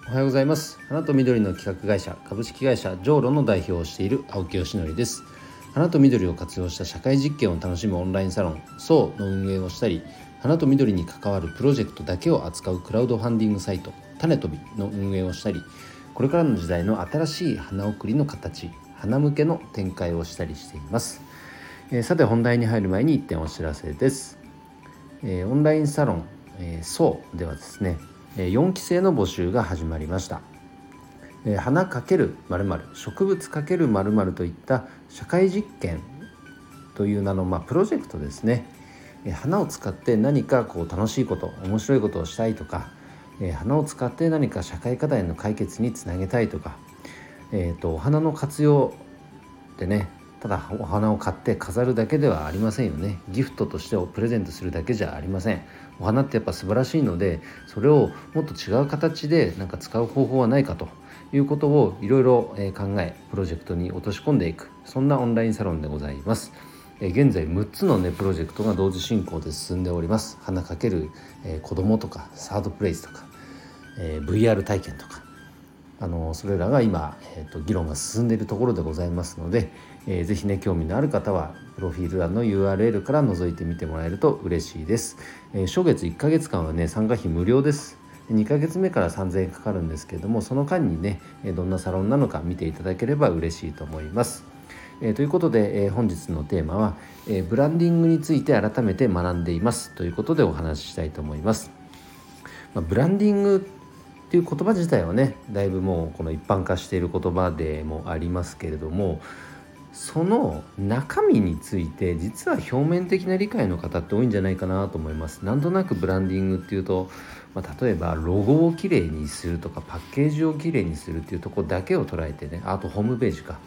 おはようございます。花と緑の企画会社株式会社ジョーロの代表をしている青木よしのりです。花と緑を活用した社会実験を楽しむオンラインサロン SOU の運営をしたり、花と緑に関わるプロジェクトだけを扱うクラウドファンディングサイト種飛びの運営をしたり、これからの時代の新しい花送りの形、花向けの展開をしたりしています。さて本題に入る前に1点お知らせです。オンラインサロン、SOU ではですね、4期生の募集が始まりました。花×〇〇、植物×〇〇といった社会実験という名の、プロジェクトですね。花を使って何か楽しいこと、面白いことをしたいとか、花を使って何か社会課題の解決につなげたいとか、お花の活用でね、ただお花を買って飾るだけではありませんよね。ギフトとしてプレゼントするだけじゃありません。お花ってやっぱ素晴らしいので、それをもっと違う形で使う方法はないかということをいろいろ考え、プロジェクトに落とし込んでいく、そんなオンラインサロンでございます。現在6つのねプロジェクトが同時進行で進んでおります。花×子供とかサードプレイスとか、VR 体験とか、それらが今、議論が進んでいるところでございますので、ぜひね興味のある方はプロフィール欄の URL から覗いてみてもらえると嬉しいです。初月1ヶ月間はね参加費無料です。2ヶ月目から3000円かかるんですけれども、その間にねどんなサロンなのか見ていただければ嬉しいと思います。ということで、本日のテーマは、ブランディングについて改めて学んでいますということでお話ししたいと思います。ブランディングっていう言葉自体はねだいぶもうこの一般化している言葉でもありますけれども、その中身について実は表面的な理解の方って多いんじゃないかなと思います。なんとなくブランディングっていうと、例えばロゴをきれいにするとかパッケージをきれいにするっていうところだけを捉えてね、あとホームページか、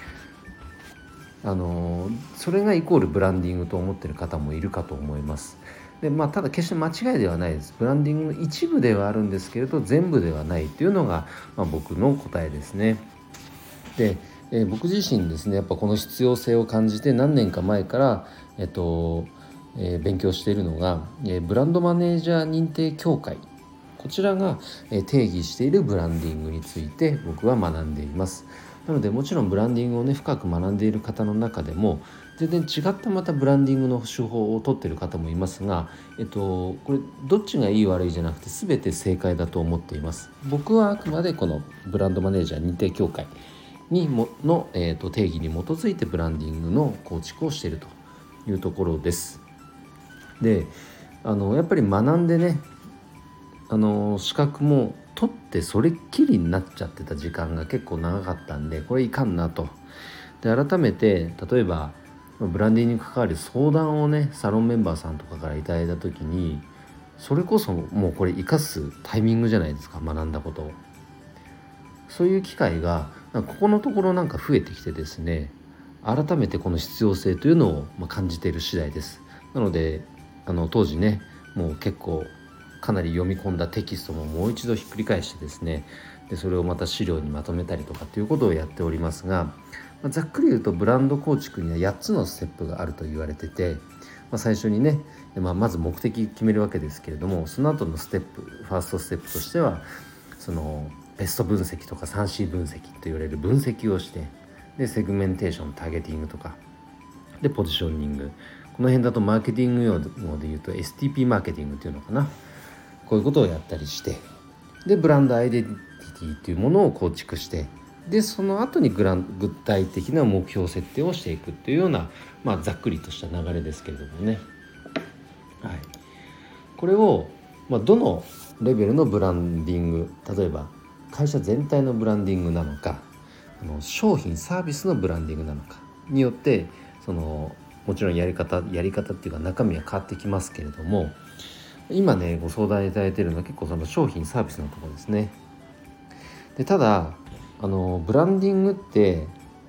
それがイコールブランディングと思っている方もいるかと思います。でただ決して間違いではないです。ブランディングの一部ではあるんですけれど全部ではないというのが、僕の答えですね。で、僕自身ですねやっぱこの必要性を感じて何年か前から、勉強しているのが、ブランドマネージャー認定協会、こちらが定義しているブランディングについて僕は学んでいます。なのでもちろんブランディングをね深く学んでいる方の中でも全然違ったまたブランディングの手法を取っている方もいますが、これどっちがいい悪いじゃなくて全て正解だと思っています。僕はあくまでこのブランドマネージャー認定協会の、定義に基づいてブランディングの構築をしているというところです。でやっぱり学んでね資格も取ってそれっきりになっちゃってた時間が結構長かったんで、これいかんなと。で改めて例えばブランディングに関わる相談をねサロンメンバーさんとかからいただいた時に、それこそもうこれ生かすタイミングじゃないですか。学んだことを、そういう機会がここのところ増えてきてですね、改めてこの必要性というのを感じている次第です。なので当時ねもう結構かなり読み込んだテキストももう一度ひっくり返してですね、でそれをまた資料にまとめたりとかっていうことをやっておりますが、ざっくり言うとブランド構築には8つのステップがあると言われてて、最初にね、まず目的決めるわけですけれども、その後のステップ、ファーストステップとしてはそのベスト分析とか 3C 分析と言われる分析をして、でセグメンテーション、ターゲティングとかでポジショニング、この辺だとマーケティング用語で言うと STP マーケティングっていうのかな、こういうことをやったりして、でブランドアイデンティティというものを構築して、でその後に具体的な目標設定をしていくっていうような、ざっくりとした流れですけれどもね、はい、これを、どのレベルのブランディング、例えば会社全体のブランディングなのか、商品サービスのブランディングなのかによってもちろんやり方っていうか中身は変わってきますけれども、今ねご相談いただいているのは結構その商品サービスのところですね。でただブランディングって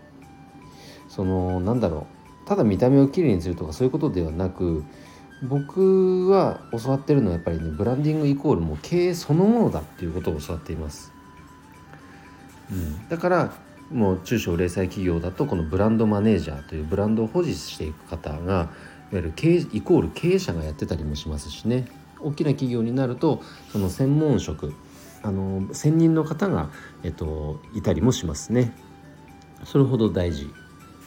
ただ見た目をきれいにするとかそういうことではなく、僕は教わってるのはやっぱりね、ブランディングイコールもう経営そのものだっていうことを教わっています。だからもう中小零細企業だとこのブランドマネージャーというブランドを保持していく方がいわゆる経営イコール経営者がやってたりもしますしね、大きな企業になるとその専門職専任の方が、いたりもしますね。それほど大事、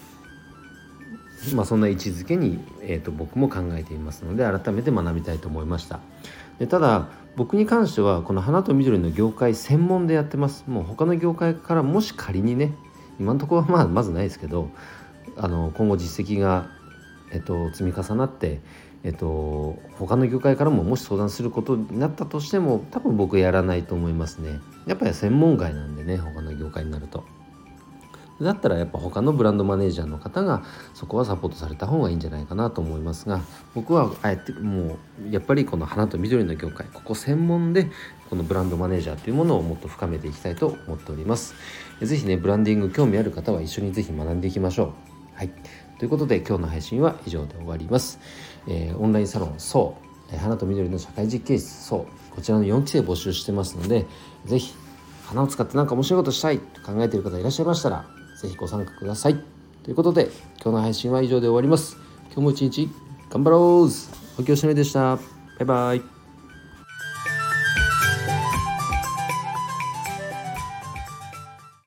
そんな位置づけに、僕も考えていますので、改めて学びたいと思いました。でただ僕に関してはこの花と緑の業界専門でやってます。もう他の業界からもし仮にね、今のところはまずないですけど、今後実績が、積み重なって、他の業界からももし相談することになったとしても、多分僕やらないと思いますね。やっぱり専門外なんでね、他の業界になると。だったらやっぱ他のブランドマネージャーの方がそこはサポートされた方がいいんじゃないかなと思いますが、僕はあえてもうやっぱりこの花と緑の業界、ここ専門でこのブランドマネージャーというものをもっと深めていきたいと思っております。ぜひね、ブランディング興味ある方は一緒にぜひ学んでいきましょう。はい、ということで今日の配信は以上で終わります。オンラインサロンそう花と緑の社会実験室そうこちらの4期生募集してますので、ぜひ花を使って何か面白いことしたいと考えている方いらっしゃいましたら、ぜひご参加ください。ということで今日の配信は以上で終わります。今日も一日頑張ろう。沖吉典でした。バイバイ。